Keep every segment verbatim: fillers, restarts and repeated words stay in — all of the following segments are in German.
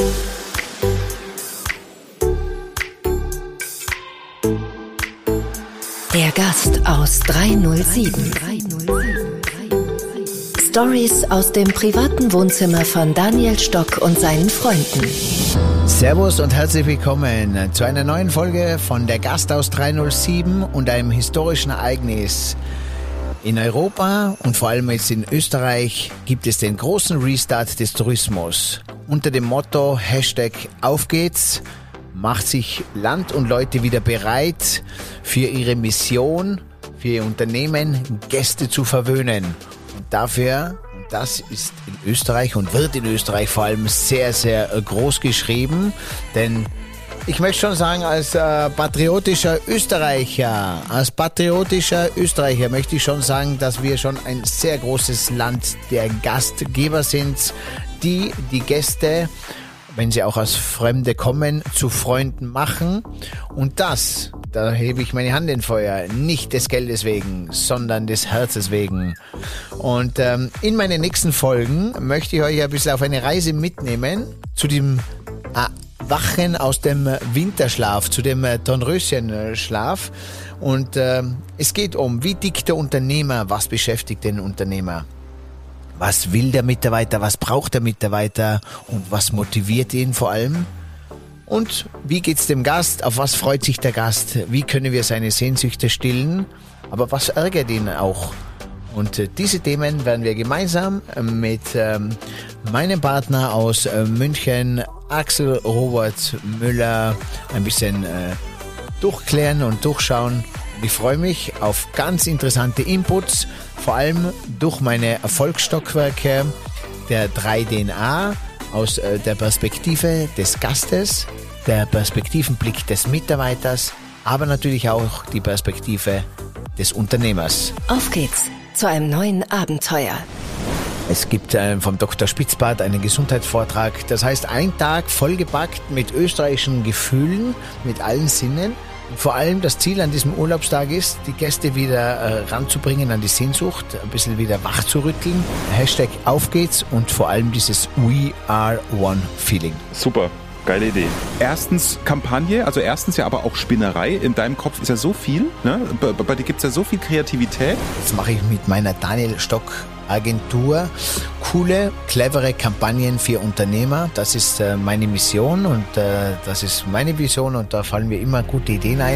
Der Gast aus dreihundertsieben. Stories aus dem privaten Wohnzimmer von Daniel Stock und seinen Freunden. Servus und herzlich willkommen zu einer neuen Folge von Der Gast aus dreihundertsieben und einem historischen Ereignis. In Europa und vor allem jetzt in Österreich gibt es den großen Restart des Tourismus. Unter dem Motto Hashtag Auf geht's macht sich Land und Leute wieder bereit für ihre Mission, für ihr Unternehmen, Gäste zu verwöhnen. Und dafür, und das ist in Österreich und wird in Österreich vor allem sehr, sehr groß geschrieben, denn ich möchte schon sagen, als äh, patriotischer Österreicher, als patriotischer Österreicher möchte ich schon sagen, dass wir schon ein sehr großes Land der Gastgeber sind, die die Gäste, wenn sie auch als Fremde kommen, zu Freunden machen. Und das, da hebe ich meine Hand in Feuer, nicht des Geldes wegen, sondern des Herzens wegen. Und ähm, in meinen nächsten Folgen möchte ich euch ein bisschen auf eine Reise mitnehmen zu dem äh, Wachen aus dem Winterschlaf, zu dem äh, Dornröschenschlaf. Und äh, es geht um, wie tickt der Unternehmer, was beschäftigt den Unternehmer? Was will der Mitarbeiter, was braucht der Mitarbeiter und was motiviert ihn vor allem? Und wie geht's dem Gast, auf was freut sich der Gast, wie können wir seine Sehnsüchte stillen, aber was ärgert ihn auch? Und äh, diese Themen werden wir gemeinsam mit ähm, meinem Partner aus äh, München, Axel Robert Müller, ein bisschen äh, durchklären und durchschauen. Ich freue mich auf ganz interessante Inputs, vor allem durch meine Erfolgsstockwerke der drei D N A aus äh, der Perspektive des Gastes, der Perspektivenblick des Mitarbeiters, aber natürlich auch die Perspektive des Unternehmers. Auf geht's zu einem neuen Abenteuer. Es gibt äh, vom Doktor Spitzbart einen Gesundheitsvortrag, das heißt ein Tag vollgepackt mit österreichischen Gefühlen, mit allen Sinnen. Und vor allem das Ziel an diesem Urlaubstag ist, die Gäste wieder äh, ranzubringen an die Sehnsucht, ein bisschen wieder wach zu rütteln. Hashtag Auf geht's und vor allem dieses We are one Feeling. Super. Geile Idee. Erstens Kampagne, also erstens ja aber auch Spinnerei. In deinem Kopf ist ja so viel, ne? Bei, bei dir gibt es ja so viel Kreativität. Jetzt mache ich mit meiner Daniel Stock Agentur coole, clevere Kampagnen für Unternehmer. Das ist äh, meine Mission und äh, das ist meine Vision und da fallen mir immer gute Ideen ein.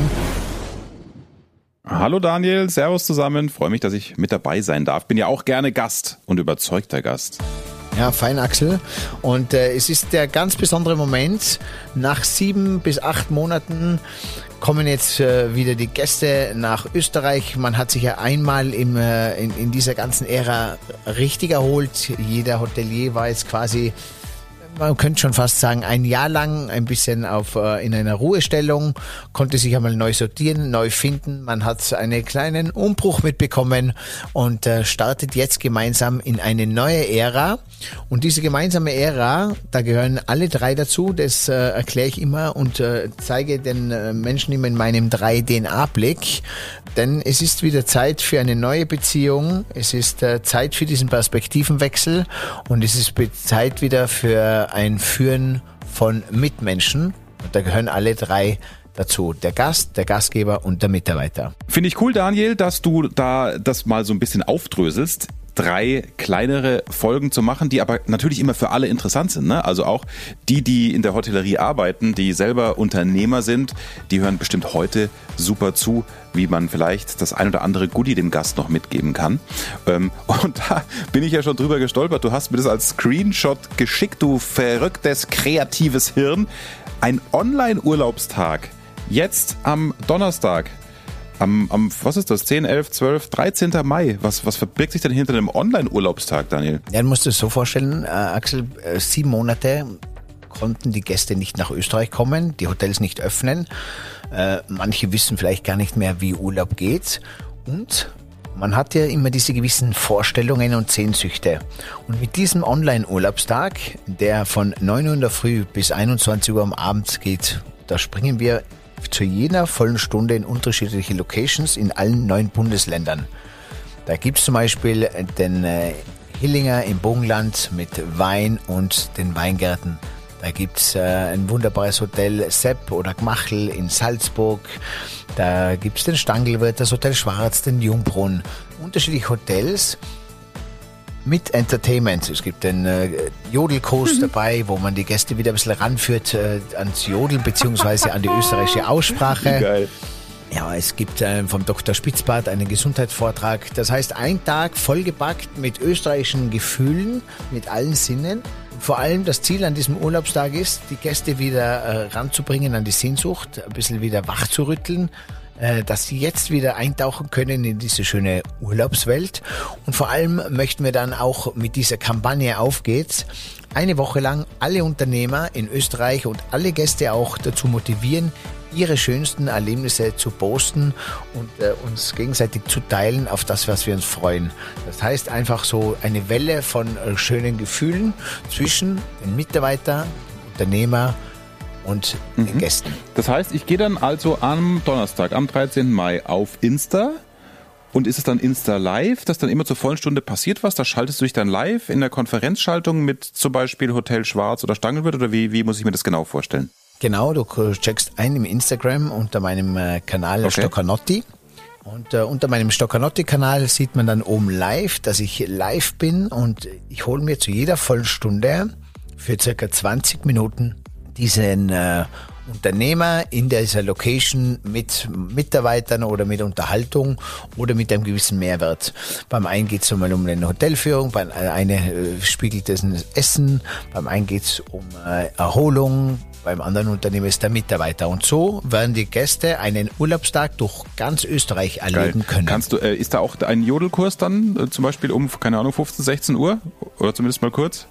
Hallo Daniel, servus zusammen. Freue mich, dass ich mit dabei sein darf. Bin ja auch gerne Gast und überzeugter Gast. Ja, fein, Axel. Und äh, es ist der ganz besondere Moment. Nach sieben bis acht Monaten kommen jetzt äh, wieder die Gäste nach Österreich. Man hat sich ja einmal im, äh, in, in dieser ganzen Ära richtig erholt. Jeder Hotelier war jetzt quasi, man könnte schon fast sagen, ein Jahr lang ein bisschen auf, äh, in einer Ruhestellung, konnte sich einmal neu sortieren, neu finden. Man hat einen kleinen Umbruch mitbekommen und äh, startet jetzt gemeinsam in eine neue Ära. Und diese gemeinsame Ära, da gehören alle drei dazu, das äh, erkläre ich immer und äh, zeige den äh, Menschen immer in meinem drei D N A-Blick. Denn es ist wieder Zeit für eine neue Beziehung, es ist äh, Zeit für diesen Perspektivenwechsel und es ist Zeit wieder für ein Führen von Mitmenschen. Und da gehören alle drei dazu. Der Gast, der Gastgeber und der Mitarbeiter. Finde ich cool, Daniel, dass du da das mal so ein bisschen aufdröselst. Drei kleinere Folgen zu machen, die aber natürlich immer für alle interessant sind, ne? Also auch die, die in der Hotellerie arbeiten, die selber Unternehmer sind, die hören bestimmt heute super zu, wie man vielleicht das ein oder andere Goodie dem Gast noch mitgeben kann. Und da bin ich ja schon drüber gestolpert. Du hast mir das als Screenshot geschickt, du verrücktes, kreatives Hirn. Ein Online-Urlaubstag. Jetzt am Donnerstag. Am, am, was ist das? zehn, elf, zwölf, dreizehnten Mai. Was, was verbirgt sich denn hinter einem Online-Urlaubstag, Daniel? Ja, du musst dir das so vorstellen, äh, Axel, äh, sieben Monate konnten die Gäste nicht nach Österreich kommen, die Hotels nicht öffnen. Äh, manche wissen vielleicht gar nicht mehr, wie Urlaub geht. Und man hat ja immer diese gewissen Vorstellungen und Sehnsüchte. Und mit diesem Online-Urlaubstag, der von neun Uhr in der Früh bis einundzwanzig Uhr am Abend geht, da springen wir zu jeder vollen Stunde in unterschiedliche Locations in allen neun Bundesländern. Da gibt es zum Beispiel den äh, Hillinger im Burgenland mit Wein und den Weingärten Da gibt's äh, ein wunderbares Hotel Sepp oder Gmachel in Salzburg. Da gibt's den Stangelwirt, das Hotel Schwarz, den Jungbrunn. Unterschiedliche Hotels mit Entertainment. Es gibt den äh, Jodelkurs mhm. dabei, wo man die Gäste wieder ein bisschen ranführt äh, ans Jodeln beziehungsweise an die österreichische Aussprache. Geil. Ja, es gibt äh, vom Doktor Spitzbart einen Gesundheitsvortrag. Das heißt, ein Tag vollgepackt mit österreichischen Gefühlen, mit allen Sinnen. Vor allem das Ziel an diesem Urlaubstag ist, die Gäste wieder äh, ranzubringen an die Sehnsucht, ein bisschen wieder wach zu rütteln, äh, dass sie jetzt wieder eintauchen können in diese schöne Urlaubswelt. Und vor allem möchten wir dann auch mit dieser Kampagne Auf geht's eine Woche lang alle Unternehmer in Österreich und alle Gäste auch dazu motivieren, ihre schönsten Erlebnisse zu posten und äh, uns gegenseitig zu teilen, auf das, was wir uns freuen. Das heißt einfach so eine Welle von äh, schönen Gefühlen zwischen den Mitarbeitern, Unternehmer und mhm. den Gästen. Das heißt, ich gehe dann also am Donnerstag, am dreizehnten Mai auf Insta. Und ist es dann Insta Live, dass dann immer zur vollen Stunde passiert was? Da schaltest du dich dann live in der Konferenzschaltung mit zum Beispiel Hotel Schwarz oder Stangelwirt oder wie, wie muss ich mir das genau vorstellen? Genau, du checkst ein im Instagram unter meinem äh, Kanal okay. Stoccanotti. Und äh, unter meinem Stoccanotti-Kanal sieht man dann oben live, dass ich live bin und ich hole mir zu jeder vollen Stunde für circa zwanzig Minuten diesen äh, Unternehmer in dieser Location mit Mitarbeitern oder mit Unterhaltung oder mit einem gewissen Mehrwert. Beim einen geht es mal um eine Hotelführung, beim einen äh, spiegelt es ein Essen, beim einen geht es um äh, Erholung, beim anderen Unternehmen ist der Mitarbeiter. Und so werden die Gäste einen Urlaubstag durch ganz Österreich erleben Geil. können. Kannst du, äh, ist da auch ein Jodelkurs dann äh, zum Beispiel um, keine Ahnung, fünfzehn, sechzehn Uhr? Oder zumindest mal kurz?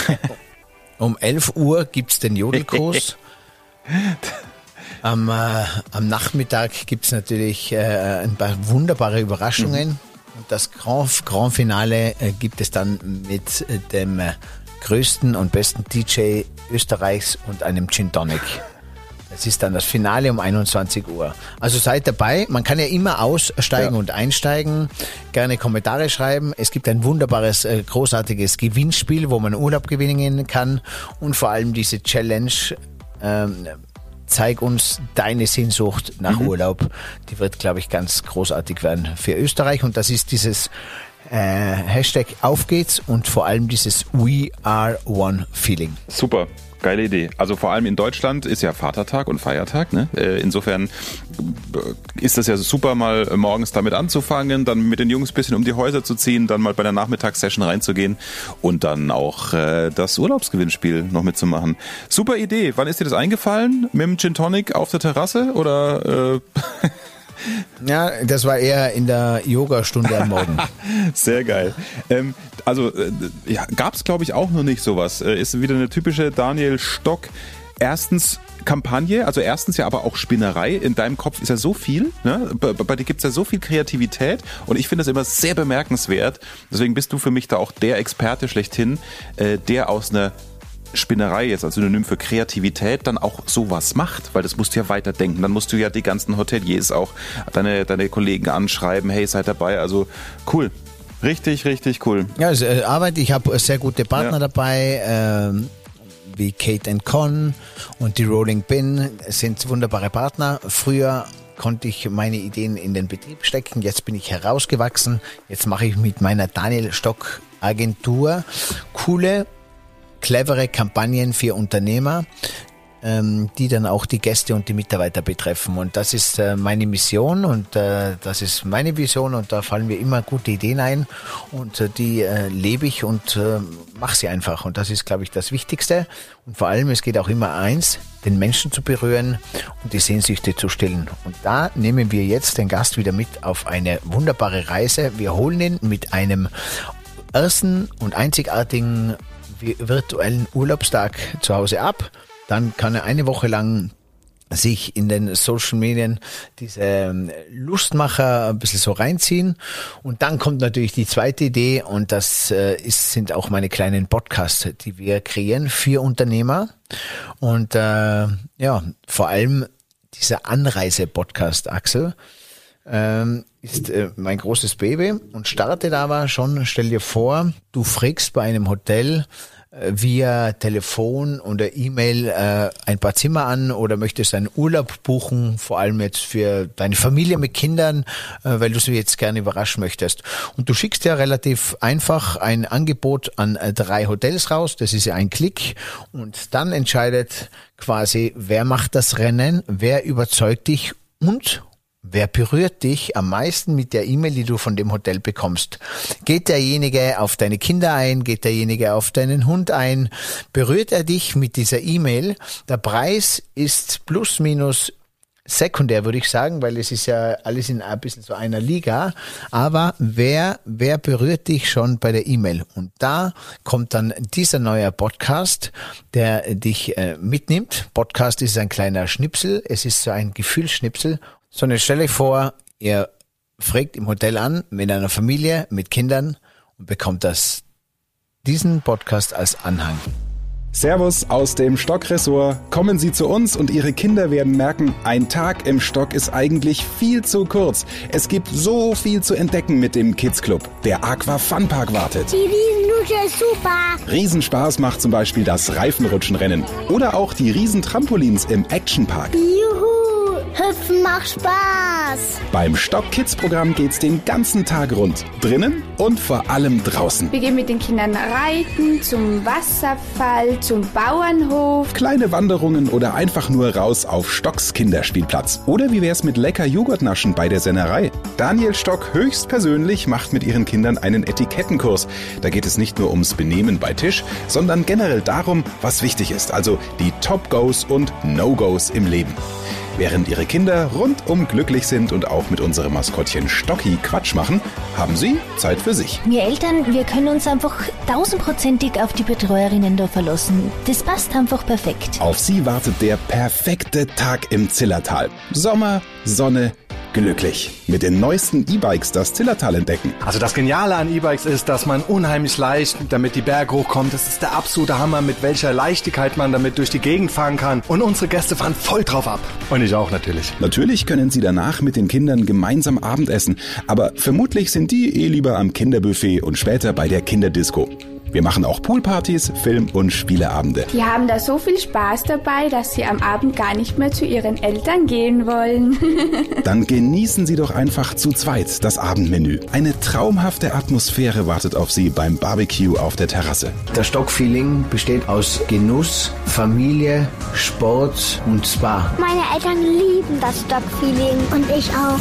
Um elf Uhr gibt's den Jodelkurs. Am, äh, am Nachmittag gibt's natürlich äh, ein paar wunderbare Überraschungen. Mhm. Und das Grand, Grand Finale äh, gibt es dann mit äh, dem äh, größten und besten D J Österreichs und einem Gin Tonic. Das ist dann das Finale um einundzwanzig Uhr. Also seid dabei. Man kann ja immer aussteigen ja. und einsteigen. Gerne Kommentare schreiben. Es gibt ein wunderbares, äh, großartiges Gewinnspiel, wo man Urlaub gewinnen kann. Und vor allem diese Challenge, ähm, zeig uns deine Sehnsucht nach mhm. Urlaub. Die wird, glaube ich, ganz großartig werden für Österreich. Und das ist dieses äh, Hashtag Auf geht's und vor allem dieses We Are One Feeling. Super. Geile Idee. Also vor allem in Deutschland ist ja Vatertag und Feiertag. Ne? Insofern ist das ja super, mal morgens damit anzufangen, dann mit den Jungs ein bisschen um die Häuser zu ziehen, dann mal bei der Nachmittagssession reinzugehen und dann auch äh, das Urlaubsgewinnspiel noch mitzumachen. Super Idee. Wann ist dir das eingefallen? Mit dem Gin Tonic auf der Terrasse oder... Äh Ja, das war eher in der Yogastunde am Morgen. Sehr geil. Ähm, also äh, ja, gab es, glaube ich, auch noch nicht sowas. Äh, ist wieder eine typische Daniel Stock. Erstens Kampagne, also erstens ja aber auch Spinnerei. In deinem Kopf ist ja so viel, ne? Bei, bei dir gibt es ja so viel Kreativität und ich finde das immer sehr bemerkenswert. Deswegen bist du für mich da auch der Experte schlechthin, äh, der aus einer Spinnerei jetzt als Synonym für Kreativität dann auch sowas macht, weil das musst du ja weiterdenken. Dann musst du ja die ganzen Hoteliers auch, deine, deine Kollegen anschreiben, hey, seid dabei. Also cool. Richtig, richtig cool. Ja, also, äh, Arbeit, ich habe sehr gute Partner ja. dabei, ähm, wie Kate and Con und die Rolling Pin sind wunderbare Partner. Früher konnte ich meine Ideen in den Betrieb stecken, jetzt bin ich herausgewachsen. Jetzt mache ich mit meiner Daniel Stock Agentur coole, clevere Kampagnen für Unternehmer, ähm, die dann auch die Gäste und die Mitarbeiter betreffen. Und das ist äh, meine Mission und äh, das ist meine Vision und da fallen mir immer gute Ideen ein und äh, die äh, lebe ich und äh, mache sie einfach. Und das ist, glaube ich, das Wichtigste. Und vor allem, es geht auch immer eins, den Menschen zu berühren und die Sehnsüchte zu stillen. Und da nehmen wir jetzt den Gast wieder mit auf eine wunderbare Reise. Wir holen ihn mit einem ersten und einzigartigen virtuellen Urlaubstag zu Hause ab. Dann kann er eine Woche lang sich in den Social Medien diese Lustmacher ein bisschen so reinziehen. Und dann kommt natürlich die zweite Idee und das äh, ist, sind auch meine kleinen Podcasts, die wir kreieren für Unternehmer. Und äh, ja, vor allem dieser Anreise-Podcast, Axel, ähm, ist äh, mein großes Baby und startet aber schon, stell dir vor, du fragst bei einem Hotel, via Telefon oder E-Mail äh, ein paar Zimmer an oder möchtest einen Urlaub buchen, vor allem jetzt für deine Familie mit Kindern, äh, weil du sie jetzt gerne überraschen möchtest. Und du schickst ja relativ einfach ein Angebot an äh, drei Hotels raus, das ist ja ein Klick und dann entscheidet quasi, wer macht das Rennen, wer überzeugt dich und wer berührt dich am meisten mit der E-Mail, die du von dem Hotel bekommst? Geht derjenige auf deine Kinder ein? Geht derjenige auf deinen Hund ein? Berührt er dich mit dieser E-Mail? Der Preis ist plus minus sekundär, würde ich sagen, weil es ist ja alles in ein bisschen so einer Liga. Aber wer, wer berührt dich schon bei der E-Mail? Und da kommt dann dieser neue Podcast, der dich äh, mitnimmt. Podcast ist ein kleiner Schnipsel. Es ist so ein Gefühlsschnipsel. Sondern stell euch vor, ihr fragt im Hotel an, mit einer Familie, mit Kindern und bekommt das, diesen Podcast als Anhang. Servus aus dem Stock-Ressort. Kommen Sie zu uns und Ihre Kinder werden merken, ein Tag im Stock ist eigentlich viel zu kurz. Es gibt so viel zu entdecken mit dem Kids Club. Der Aqua Fun Park wartet. Die Riesenlutsche ist super. Riesenspaß macht zum Beispiel das Reifenrutschenrennen oder auch die Riesentrampolins im Action Park. Juhu! Hüpfen macht Spaß. Beim Stock Kids Programm geht's den ganzen Tag rund. Drinnen und vor allem draußen. Wir gehen mit den Kindern reiten, zum Wasserfall, zum Bauernhof. Kleine Wanderungen oder einfach nur raus auf Stocks Kinderspielplatz. Oder wie wär's mit lecker Joghurtnaschen bei der Sennerei? Daniel Stock höchstpersönlich macht mit ihren Kindern einen Etikettenkurs. Da geht es nicht nur ums Benehmen bei Tisch, sondern generell darum, was wichtig ist. Also die Top-Goes und No-Goes im Leben. Während Ihre Kinder rundum glücklich sind und auch mit unserem Maskottchen Stocki Quatsch machen, haben Sie Zeit für sich. Wir Eltern, wir können uns einfach tausendprozentig auf die Betreuerinnen da verlassen. Das passt einfach perfekt. Auf Sie wartet der perfekte Tag im Zillertal. Sommer, Sonne, glücklich. Mit den neuesten E-Bikes das Zillertal entdecken. Also das Geniale an E-Bikes ist, dass man unheimlich leicht damit die Berge hochkommt. Das ist der absolute Hammer, mit welcher Leichtigkeit man damit durch die Gegend fahren kann. Und unsere Gäste fahren voll drauf ab. Und ich auch natürlich. Natürlich können Sie danach mit den Kindern gemeinsam Abendessen. Aber vermutlich sind die eh lieber am Kinderbuffet und später bei der Kinderdisco. Wir machen auch Poolpartys, Film- und Spieleabende. Die haben da so viel Spaß dabei, dass sie am Abend gar nicht mehr zu ihren Eltern gehen wollen. Dann genießen Sie doch einfach zu zweit das Abendmenü. Eine traumhafte Atmosphäre wartet auf Sie beim Barbecue auf der Terrasse. Das Stock-Feeling besteht aus Genuss, Familie, Sport und Spa. Meine Eltern lieben das Stock-Feeling und ich auch.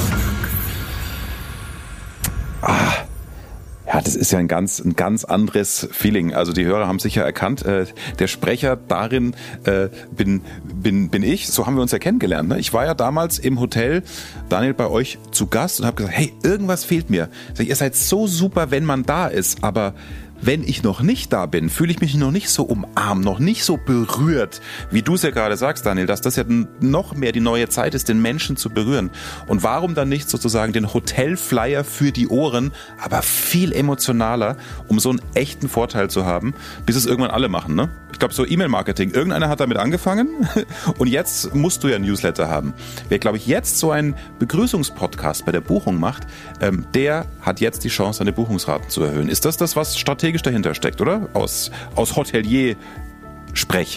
Ah. Ja, das ist ja ein ganz, ein ganz anderes Feeling. Also die Hörer haben sicher erkannt, äh, der Sprecher darin äh, bin, bin, bin ich. So haben wir uns ja kennengelernt. Ne? Ich war ja damals im Hotel, Daniel, bei euch zu Gast und habe gesagt, hey, irgendwas fehlt mir. Sag, ihr seid so super, wenn man da ist, aber wenn ich noch nicht da bin, fühle ich mich noch nicht so umarmt, noch nicht so berührt, wie du es ja gerade sagst, Daniel, dass das ja noch mehr die neue Zeit ist, den Menschen zu berühren. Und warum dann nicht sozusagen den Hotelflyer für die Ohren, aber viel emotionaler, um so einen echten Vorteil zu haben, bis es irgendwann alle machen, ne? Ich glaube, so E-Mail-Marketing, irgendeiner hat damit angefangen und jetzt musst du ja ein Newsletter haben. Wer, glaube ich, jetzt so einen Begrüßungspodcast bei der Buchung macht, ähm, der hat jetzt die Chance, seine Buchungsraten zu erhöhen. Ist das das, was strategisch dahinter steckt, oder? Aus, aus Hotelier-Sprech.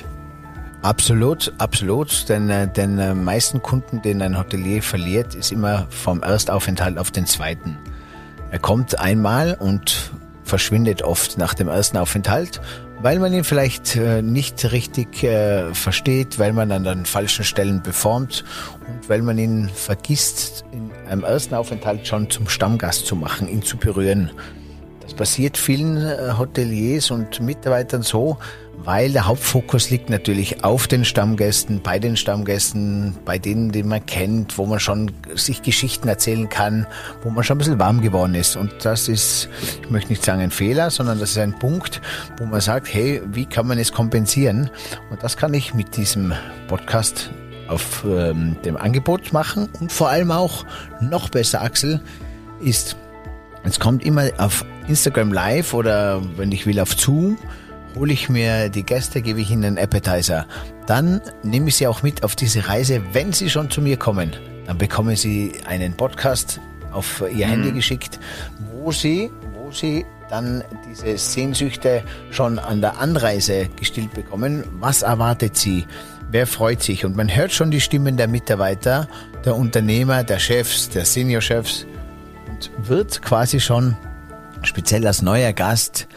Absolut, absolut. Denn äh, den äh, meisten Kunden, den ein Hotelier verliert, ist immer vom Erstaufenthalt auf den zweiten. Er kommt einmal und verschwindet oft nach dem ersten Aufenthalt, weil man ihn vielleicht äh, nicht richtig äh, versteht, weil man an den falschen Stellen performt und weil man ihn vergisst, in einem ersten Aufenthalt schon zum Stammgast zu machen, ihn zu berühren. Das passiert vielen äh, Hoteliers und Mitarbeitern so, weil der Hauptfokus liegt natürlich auf den Stammgästen, bei den Stammgästen, bei denen, die man kennt, wo man schon sich Geschichten erzählen kann, wo man schon ein bisschen warm geworden ist. Und das ist, ich möchte nicht sagen ein Fehler, sondern das ist ein Punkt, wo man sagt, hey, wie kann man es kompensieren? Und das kann ich mit diesem Podcast auf ähm, dem Angebot machen. Und vor allem auch, noch besser, Axel, ist, es kommt immer auf Instagram Live oder wenn ich will auf Zoom, hole ich mir die Gäste, gebe ich ihnen einen Appetizer. Dann nehme ich sie auch mit auf diese Reise, wenn sie schon zu mir kommen. Dann bekommen sie einen Podcast auf ihr mhm. Handy geschickt, wo sie, wo sie dann diese Sehnsüchte schon an der Anreise gestillt bekommen. Was erwartet sie? Wer freut sich? Und man hört schon die Stimmen der Mitarbeiter, der Unternehmer, der Chefs, der Seniorchefs und wird quasi schon speziell als neuer Gast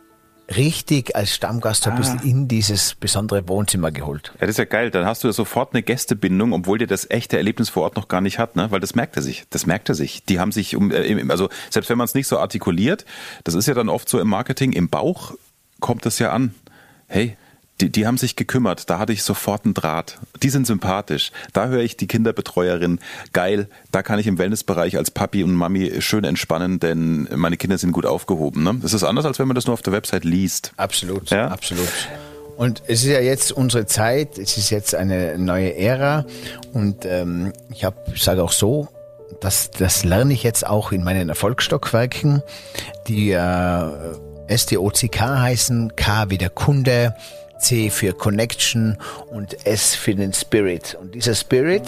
richtig als Stammgast so ein bisschen in dieses besondere Wohnzimmer geholt. Ja, das ist ja geil. Dann hast du ja sofort eine Gästebindung, obwohl dir das echte Erlebnis vor Ort noch gar nicht hat, ne? Weil das merkt er sich. Das merkt er sich. Die haben sich, um, also selbst wenn man es nicht so artikuliert, das ist ja dann oft so im Marketing, im Bauch kommt das ja an. Hey, die, die haben sich gekümmert. Da hatte ich sofort einen Draht. Die sind sympathisch. Da höre ich die Kinderbetreuerin. Geil. Da kann ich im Wellnessbereich als Papi und Mami schön entspannen, denn meine Kinder sind gut aufgehoben. Ne? Das ist anders, als wenn man das nur auf der Website liest. Absolut, ja? absolut. Und es ist ja jetzt unsere Zeit. Es ist jetzt eine neue Ära. Und ähm, ich habe, ich sage auch so, das, das lerne ich jetzt auch in meinen Erfolgsstockwerken, die äh, S T O C K heißen. K wie der Kunde, C für Connection und S für den Spirit. Und dieser Spirit,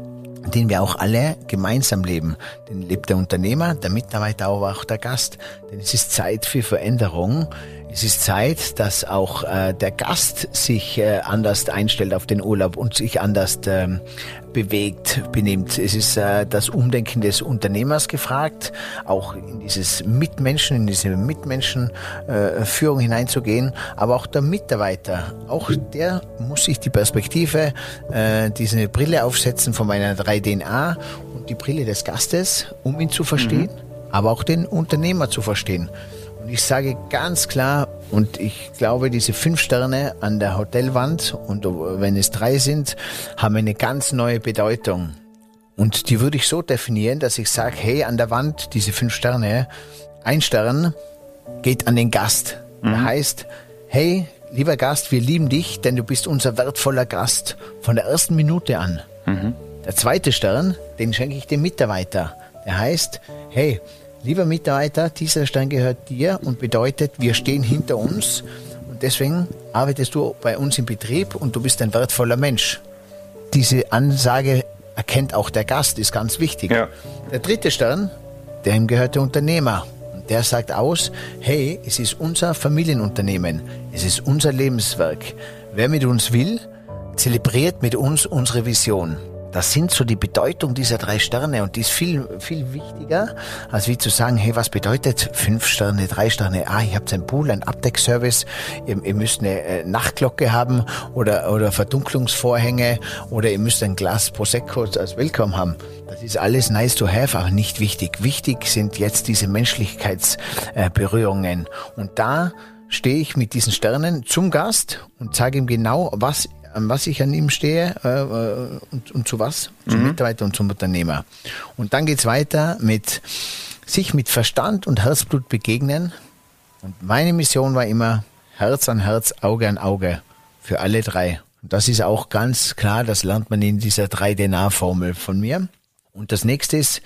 den wir auch alle gemeinsam leben, den lebt der Unternehmer, der Mitarbeiter, aber auch der Gast. Denn es ist Zeit für Veränderung. Es ist Zeit, dass auch äh, der Gast sich äh, anders einstellt auf den Urlaub und sich anders ähm, bewegt, benimmt. Es ist äh, das Umdenken des Unternehmers gefragt, auch in dieses Mitmenschen, in diese Mitmenschenführung äh, hineinzugehen, aber auch der Mitarbeiter, auch der muss sich die Perspektive, äh, diese Brille aufsetzen von meiner drei D N A und die Brille des Gastes, um ihn zu verstehen, mhm. aber auch den Unternehmer zu verstehen. Und ich sage ganz klar, und ich glaube, diese fünf Sterne an der Hotelwand, und wenn es drei sind, haben eine ganz neue Bedeutung. Und die würde ich so definieren, dass ich sage, hey, an der Wand, diese fünf Sterne, ein Stern geht an den Gast. Mhm. Das heißt, hey, lieber Gast, wir lieben dich, denn du bist unser wertvoller Gast von der ersten Minute an. Mhm. Der zweite Stern, den schenke ich dem Mitarbeiter. Der heißt, hey, lieber Mitarbeiter, dieser Stern gehört dir und bedeutet, wir stehen hinter uns und deswegen arbeitest du bei uns im Betrieb und du bist ein wertvoller Mensch. Diese Ansage erkennt auch der Gast, ist ganz wichtig. Ja. Der dritte Stern, dem gehört der Unternehmer. Und der sagt aus, hey, es ist unser Familienunternehmen, es ist unser Lebenswerk. Wer mit uns will, zelebriert mit uns unsere Vision. Das sind so die Bedeutung dieser drei Sterne und die ist viel, viel wichtiger, als wie zu sagen, hey, was bedeutet fünf Sterne, drei Sterne? Ah, ihr habt ein Pool, ein Abdeckservice, ihr, ihr müsst eine äh, Nachtglocke haben oder, oder Verdunklungsvorhänge oder ihr müsst ein Glas Prosecco als Welcome haben. Das ist alles nice to have, aber nicht wichtig. Wichtig sind jetzt diese Menschlichkeitsberührungen. Äh, und da stehe ich mit diesen Sternen zum Gast und sage ihm genau, was an was ich an ihm stehe äh, und, und zu was? Zum mhm. Mitarbeiter und zum Unternehmer. Und dann geht's weiter mit sich mit Verstand und Herzblut begegnen. Und meine Mission war immer Herz an Herz, Auge an Auge für alle drei. Und das ist auch ganz klar, das lernt man in dieser drei D N A-Formel von mir. Und das nächste ist,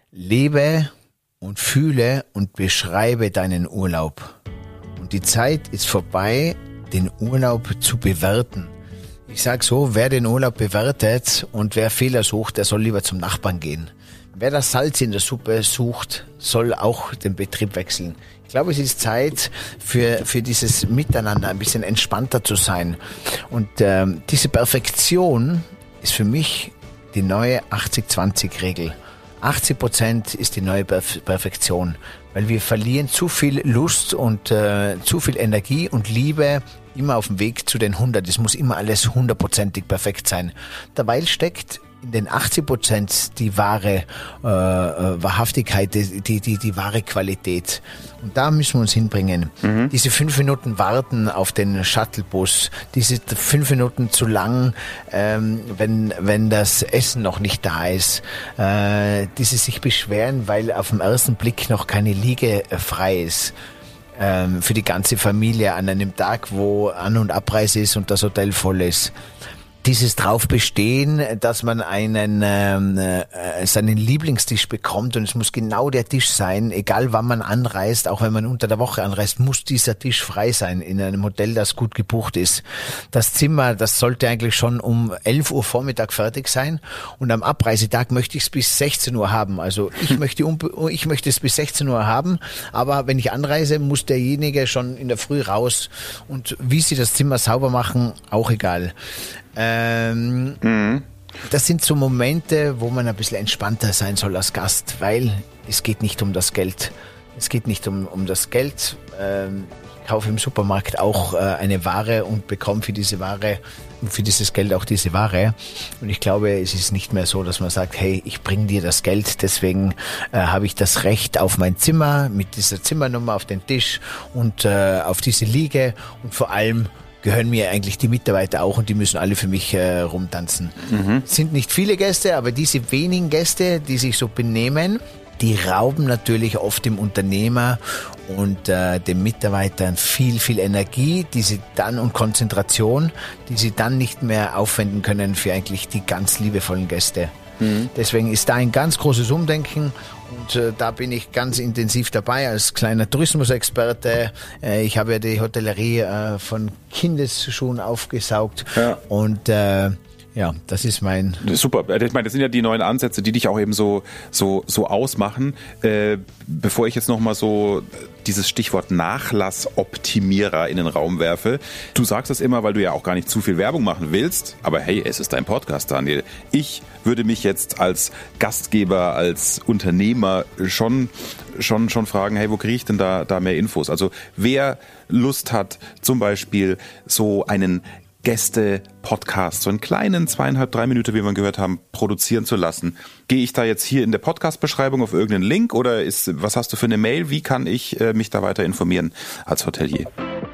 lebe und fühle und beschreibe deinen Urlaub. Und die Zeit ist vorbei, den Urlaub zu bewerten. Ich sage so, wer den Urlaub bewertet und wer Fehler sucht, der soll lieber zum Nachbarn gehen. Wer das Salz in der Suppe sucht, soll auch den Betrieb wechseln. Ich glaube, es ist Zeit für für dieses Miteinander ein bisschen entspannter zu sein. Und ähm, diese Perfektion ist für mich die neue achtzig zwanzig Regel. achtzig Prozent ist die neue Perf- Perfektion, weil wir verlieren zu viel Lust und äh, zu viel Energie und Liebe immer auf dem Weg zu den hundert. Es muss immer alles hundertprozentig perfekt sein. Dabei steckt in den achtzig Prozent die wahre äh, Wahrhaftigkeit, die, die, die, die wahre Qualität. Und da müssen wir uns hinbringen. Mhm. Diese fünf Minuten warten auf den Shuttlebus, diese fünf Minuten zu lang, ähm, wenn, wenn das Essen noch nicht da ist, äh, dieses sich beschweren, weil auf den ersten Blick noch keine Liege frei ist. Für die ganze Familie an einem Tag, wo An- und Abreise ist und das Hotel voll ist. dieses drauf bestehen, dass man einen ähm, äh, seinen Lieblingstisch bekommt und es muss genau der Tisch sein, egal wann man anreist, auch wenn man unter der Woche anreist, muss dieser Tisch frei sein in einem Hotel, das gut gebucht ist. Das Zimmer, das sollte eigentlich schon um elf Uhr Vormittag fertig sein und am Abreisetag möchte ich es bis sechzehn Uhr haben. Also ich möchte unbe- ich möchte es bis sechzehn Uhr haben, aber wenn ich anreise, muss derjenige schon in der Früh raus und wie sie das Zimmer sauber machen, auch egal. Ähm, mhm. Das sind so Momente, wo man ein bisschen entspannter sein soll als Gast, weil es geht nicht um das Geld. Es geht nicht um, um das Geld. Ähm, ich kaufe im Supermarkt auch äh, eine Ware und bekomme für diese Ware, für dieses Geld auch diese Ware. Und ich glaube, es ist nicht mehr so, dass man sagt, hey, ich bringe dir das Geld, deswegen äh, habe ich das Recht auf mein Zimmer mit dieser Zimmernummer auf den Tisch und äh, auf diese Liege und vor allem gehören mir eigentlich die Mitarbeiter auch und die müssen alle für mich äh, rumtanzen. Mhm. Es sind nicht viele Gäste, aber diese wenigen Gäste, die sich so benehmen, die rauben natürlich oft dem Unternehmer und äh, den Mitarbeitern viel, viel Energie, die sie dann und Konzentration, die sie dann nicht mehr aufwenden können für eigentlich die ganz liebevollen Gäste. Mhm. Deswegen ist da ein ganz großes Umdenken und äh, da bin ich ganz intensiv dabei als kleiner Tourismusexperte. Äh, ich habe ja die Hotellerie äh, von Kindesschuhen aufgesaugt ja. und äh, ja, das ist mein... Super. Ich meine, das sind ja die neuen Ansätze, die dich auch eben so so so ausmachen. Äh, bevor ich jetzt nochmal so dieses Stichwort Nachlassoptimierer in den Raum werfe. Du sagst das immer, weil du ja auch gar nicht zu viel Werbung machen willst. Aber hey, es ist dein Podcast, Daniel. Ich würde mich jetzt als Gastgeber, als Unternehmer schon schon schon fragen, hey, wo kriege ich denn da da mehr Infos? Also wer Lust hat, zum Beispiel so einen Gäste-Podcast, so einen kleinen zweieinhalb, drei Minuten, wie wir gehört haben, produzieren zu lassen. Gehe ich da jetzt hier in der Podcast-Beschreibung auf irgendeinen Link oder ist, was hast du für eine Mail? Wie kann ich äh, mich da weiter informieren als Hotelier?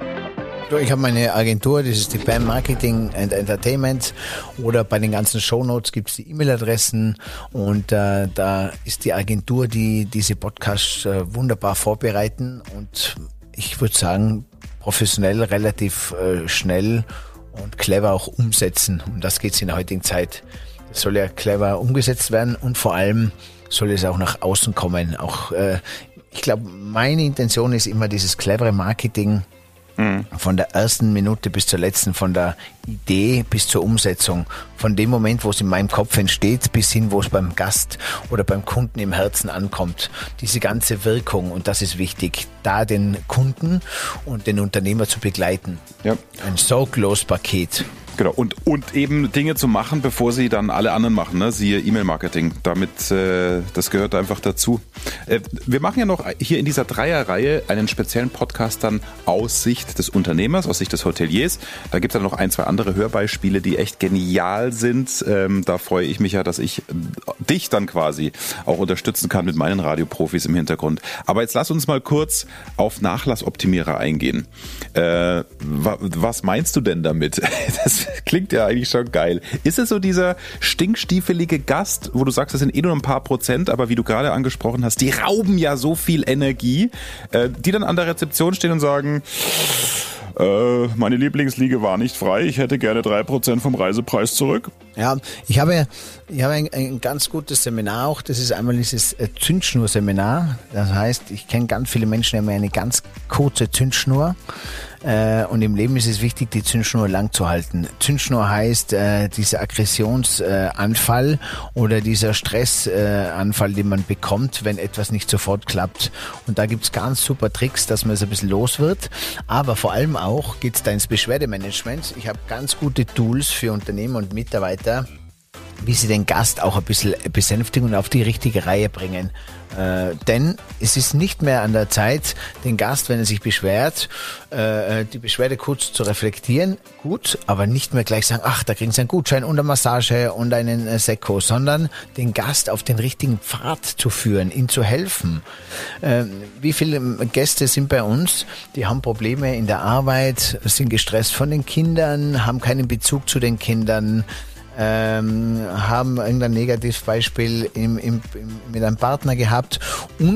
Ich habe meine Agentur, das ist die B A M Marketing and Entertainment oder bei den ganzen Shownotes gibt es die E-Mail-Adressen und äh, da ist die Agentur, die diese Podcasts äh, wunderbar vorbereiten und ich würde sagen, professionell, relativ äh, schnell und clever auch umsetzen. Um das geht es in der heutigen Zeit. Es soll ja clever umgesetzt werden und vor allem soll es auch nach außen kommen. Auch äh, ich glaube, meine Intention ist immer dieses clevere Marketing mhm. von der ersten Minute bis zur letzten, von der Idee bis zur Umsetzung. Von dem Moment, wo es in meinem Kopf entsteht, bis hin, wo es beim Gast oder beim Kunden im Herzen ankommt. Diese ganze Wirkung, und das ist wichtig, da den Kunden und den Unternehmer zu begleiten. Ja. Ein Sorglos-Paket. Genau, und, und eben Dinge zu machen, bevor sie dann alle anderen machen, ne? Siehe E-Mail-Marketing. Damit, äh, das gehört einfach dazu. Äh, wir machen ja noch hier in dieser Dreierreihe einen speziellen Podcast dann aus Sicht des Unternehmers, aus Sicht des Hoteliers. Da gibt es dann noch ein, zwei andere Hörbeispiele, die echt genial sind. Ähm, da freue ich mich ja, dass ich dich dann quasi auch unterstützen kann mit meinen Radioprofis im Hintergrund. Aber jetzt lass uns mal kurz auf Nachlassoptimierer eingehen. Äh, wa- was meinst du denn damit? Das klingt ja eigentlich schon geil. Ist es so dieser stinkstiefelige Gast, wo du sagst, das sind eh nur ein paar Prozent, aber wie du gerade angesprochen hast, die rauben ja so viel Energie, äh, die dann an der Rezeption stehen und sagen, äh, meine Lieblingsliege war nicht frei, ich hätte gerne drei Prozent vom Reisepreis zurück? Ja, ich habe, ich habe ein, ein ganz gutes Seminar auch, das ist einmal dieses Zündschnur-Seminar. Das heißt, ich kenne ganz viele Menschen, die haben eine ganz kurze Zündschnur. Und im Leben ist es wichtig, die Zündschnur lang zu halten. Zündschnur heißt, äh, dieser Aggressionsanfall oder dieser Stressanfall, den man bekommt, wenn etwas nicht sofort klappt. Und da gibt's ganz super Tricks, dass man es ein bisschen los wird. Aber vor allem auch geht's da ins Beschwerdemanagement. Ich habe ganz gute Tools für Unternehmer und Mitarbeiter, wie sie den Gast auch ein bisschen besänftigen und auf die richtige Reihe bringen. Äh, denn es ist nicht mehr an der Zeit, den Gast, wenn er sich beschwert, äh, die Beschwerde kurz zu reflektieren, gut, aber nicht mehr gleich sagen, ach, da kriegen Sie einen Gutschein und eine Massage und einen äh, Sekko, sondern den Gast auf den richtigen Pfad zu führen, ihm zu helfen. Äh, wie viele Gäste sind bei uns, die haben Probleme in der Arbeit, sind gestresst von den Kindern, haben keinen Bezug zu den Kindern, Ähm, haben irgendein Negativbeispiel im, im, im, mit einem Partner gehabt und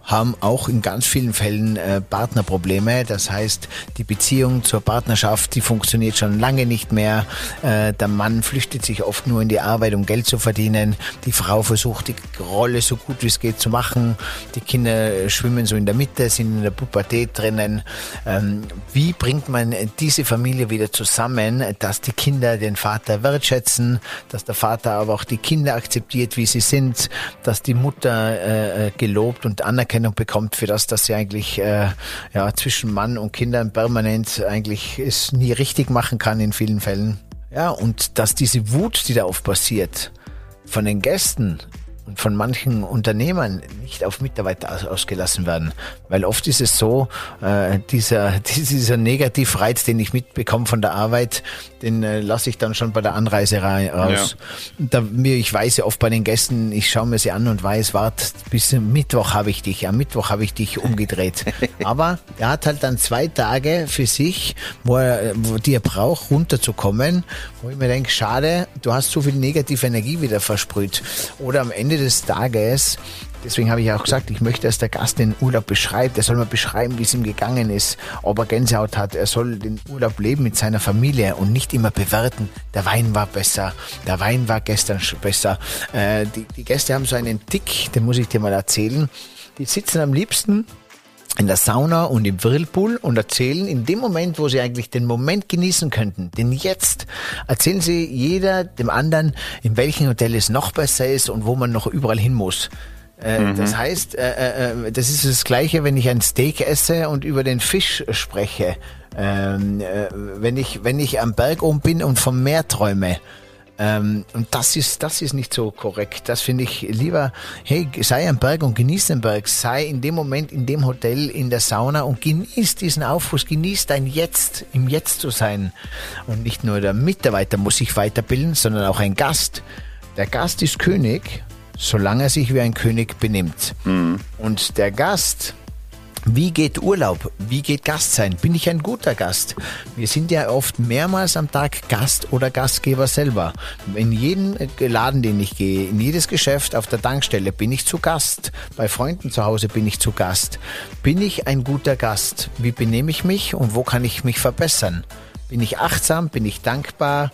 haben auch in ganz vielen Fällen äh, Partnerprobleme. Das heißt, die Beziehung zur Partnerschaft, die funktioniert schon lange nicht mehr. Äh, der Mann flüchtet sich oft nur in die Arbeit, um Geld zu verdienen. Die Frau versucht, die Rolle so gut wie es geht zu machen. Die Kinder schwimmen so in der Mitte, sind in der Pubertät drinnen. Ähm, wie bringt man diese Familie wieder zusammen, dass die Kinder den Vater wertschätzen, dass der Vater aber auch die Kinder akzeptiert, wie sie sind, dass die Mutter äh, gelobt und Anerkennung bekommt für das, dass sie eigentlich äh, ja, zwischen Mann und Kindern permanent eigentlich es nie richtig machen kann in vielen Fällen. Ja, und dass diese Wut, die da oft passiert, von den Gästen und von manchen Unternehmern nicht auf Mitarbeiter aus, ausgelassen werden. Weil oft ist es so, äh, dieser, dieser Negativreiz, den ich mitbekomme von der Arbeit, den äh, lasse ich dann schon bei der Anreise raus. Ja. Da, mir, ich weiß ja oft bei den Gästen, ich schaue mir sie an und weiß, warte, bis Mittwoch habe ich dich, am Mittwoch habe ich dich umgedreht. Aber er hat halt dann zwei Tage für sich, wo er, wo die er braucht, runterzukommen, wo ich mir denke, schade, du hast so viel negative Energie wieder versprüht. Oder am Ende des Tages, deswegen habe ich auch gesagt, ich möchte, dass der Gast den Urlaub beschreibt. Er soll mal beschreiben, wie es ihm gegangen ist, ob er Gänsehaut hat. Er soll den Urlaub leben mit seiner Familie und nicht immer bewerten, der Wein war besser, der Wein war gestern besser. Äh, die, die Gäste haben so einen Tick, den muss ich dir mal erzählen. Die sitzen am liebsten in der Sauna und im Whirlpool und erzählen in dem Moment, wo sie eigentlich den Moment genießen könnten, den Jetzt, erzählen sie jeder dem anderen, in welchem Hotel es noch besser ist und wo man noch überall hin muss. Äh, mhm. Das heißt, äh, äh, das ist das Gleiche, wenn ich ein Steak esse und über den Fisch spreche. Ähm, äh, wenn ich, wenn ich am Berg oben bin und vom Meer träume. Ähm, und das ist, das ist nicht so korrekt. Das finde ich lieber, hey, sei am Berg und genieß den Berg. Sei in dem Moment in dem Hotel, in der Sauna und genieß diesen Aufguss, genieß dein Jetzt, im Jetzt zu sein. Und nicht nur der Mitarbeiter muss sich weiterbilden, sondern auch ein Gast. Der Gast ist König, solange er sich wie ein König benimmt. Mhm. Und der Gast, wie geht Urlaub? Wie geht Gast sein? Bin ich ein guter Gast? Wir sind ja oft mehrmals am Tag Gast oder Gastgeber selber. In jeden Laden, den ich gehe, in jedes Geschäft, auf der Tankstelle bin ich zu Gast. Bei Freunden zu Hause bin ich zu Gast. Bin ich ein guter Gast? Wie benehme ich mich und wo kann ich mich verbessern? Bin ich achtsam? Bin ich dankbar?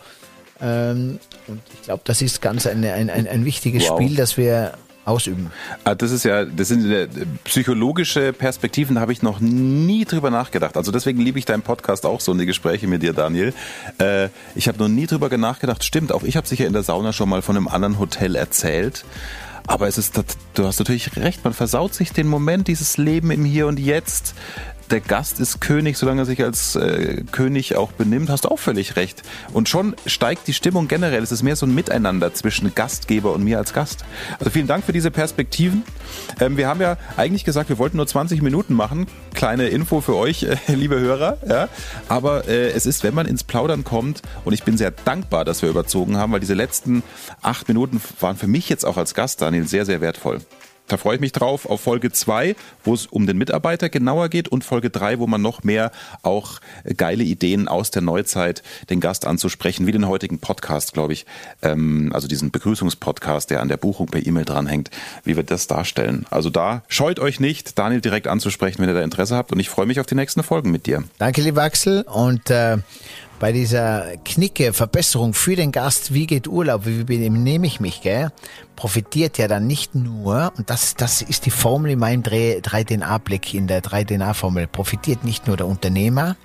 Ähm, und ich glaube, das ist ganz eine, ein, ein, ein wichtiges wow. Spiel, das wir ausüben. Das ist ja, das sind psychologische Perspektiven, da habe ich noch nie drüber nachgedacht. Also deswegen liebe ich deinen Podcast auch so und die Gespräche mit dir, Daniel. Äh, ich habe noch nie drüber nachgedacht. Stimmt, auch ich habe sicher in der Sauna schon mal von einem anderen Hotel erzählt. Aber es ist, du hast natürlich recht, man versaut sich den Moment, dieses Leben im Hier und Jetzt. Der Gast ist König, solange er sich als äh, König auch benimmt, hast du auch völlig recht. Und schon steigt die Stimmung generell. Es ist mehr so ein Miteinander zwischen Gastgeber und mir als Gast. Also vielen Dank für diese Perspektiven. Ähm, wir haben ja eigentlich gesagt, wir wollten nur zwanzig Minuten machen. Kleine Info für euch, äh, liebe Hörer. Ja. Aber äh, es ist, wenn man ins Plaudern kommt, und ich bin sehr dankbar, dass wir überzogen haben, weil diese letzten acht Minuten waren für mich jetzt auch als Gast, Daniel, sehr, sehr wertvoll. Da freue ich mich drauf auf Folge zwei, wo es um den Mitarbeiter genauer geht, und Folge drei, wo man noch mehr auch geile Ideen aus der Neuzeit den Gast anzusprechen, wie den heutigen Podcast, glaube ich, ähm, also diesen Begrüßungspodcast, der an der Buchung per E-Mail dranhängt, wie wir das darstellen. Also da scheut euch nicht, Daniel direkt anzusprechen, wenn ihr da Interesse habt, und ich freue mich auf die nächsten Folgen mit dir. Danke, lieber Axel, und äh bei dieser Knicke, Verbesserung für den Gast, wie geht Urlaub, wie benehme ich mich, gell, profitiert ja dann nicht nur, und das, das ist die Formel in meinem drei D N A-Blick, in der drei D N A-Formel, profitiert nicht nur der Unternehmer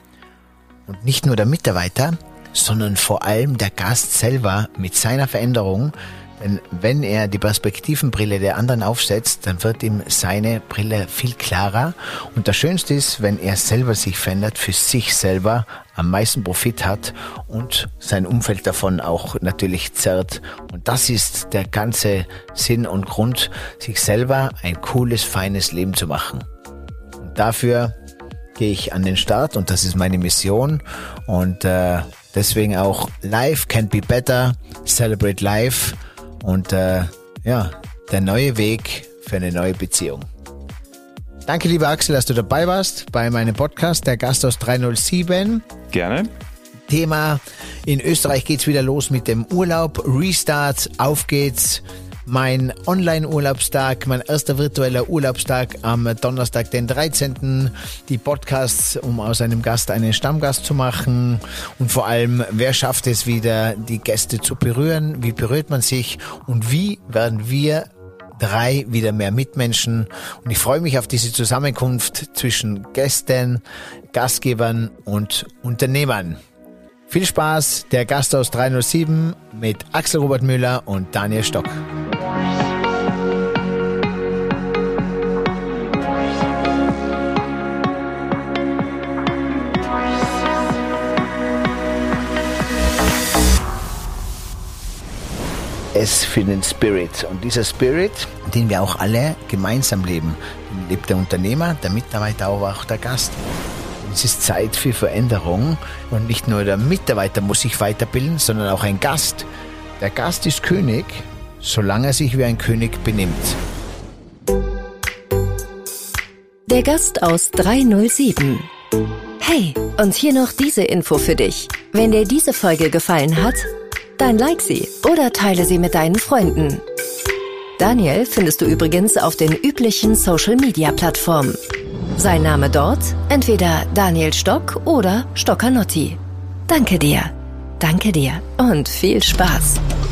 und nicht nur der Mitarbeiter, sondern vor allem der Gast selber mit seiner Veränderung. Denn wenn er die Perspektivenbrille der anderen aufsetzt, dann wird ihm seine Brille viel klarer. Und das Schönste ist, wenn er selber sich verändert, für sich selber am meisten Profit hat und sein Umfeld davon auch natürlich zerrt. Und das ist der ganze Sinn und Grund, sich selber ein cooles, feines Leben zu machen. Und dafür gehe ich an den Start, und das ist meine Mission. Und äh, deswegen auch Life can be better, celebrate life. Und äh, ja, der neue Weg für eine neue Beziehung. Danke, lieber Axel, dass du dabei warst bei meinem Podcast, der Gast aus drei null sieben. Gerne. Thema, in Österreich geht's wieder los mit dem Urlaub, Restart, auf geht's. mein Online-Urlaubstag, mein erster virtueller Urlaubstag am Donnerstag, den dreizehnten Die Podcasts, um aus einem Gast einen Stammgast zu machen. Und vor allem, wer schafft es wieder, die Gäste zu berühren? Wie berührt man sich? Und wie werden wir drei wieder mehr Mitmenschen? Und ich freue mich auf diese Zusammenkunft zwischen Gästen, Gastgebern und Unternehmern. Viel Spaß, der Gasthaus dreihundertsieben mit Axel Robert Müller und Daniel Stock. Es für den Spirit. Und dieser Spirit, den wir auch alle gemeinsam leben, den lebt der Unternehmer, der Mitarbeiter, aber auch der Gast. Es ist Zeit für Veränderung und nicht nur der Mitarbeiter muss sich weiterbilden, sondern auch ein Gast. Der Gast ist König, solange er sich wie ein König benimmt. Der Gast aus dreihundertsieben. Hey, und hier noch diese Info für dich. Wenn dir diese Folge gefallen hat, dann like sie oder teile sie mit deinen Freunden. Daniel findest du übrigens auf den üblichen Social-Media-Plattformen. Sein Name dort, entweder Daniel Stock oder Stoccanotti. Danke dir, danke dir und viel Spaß.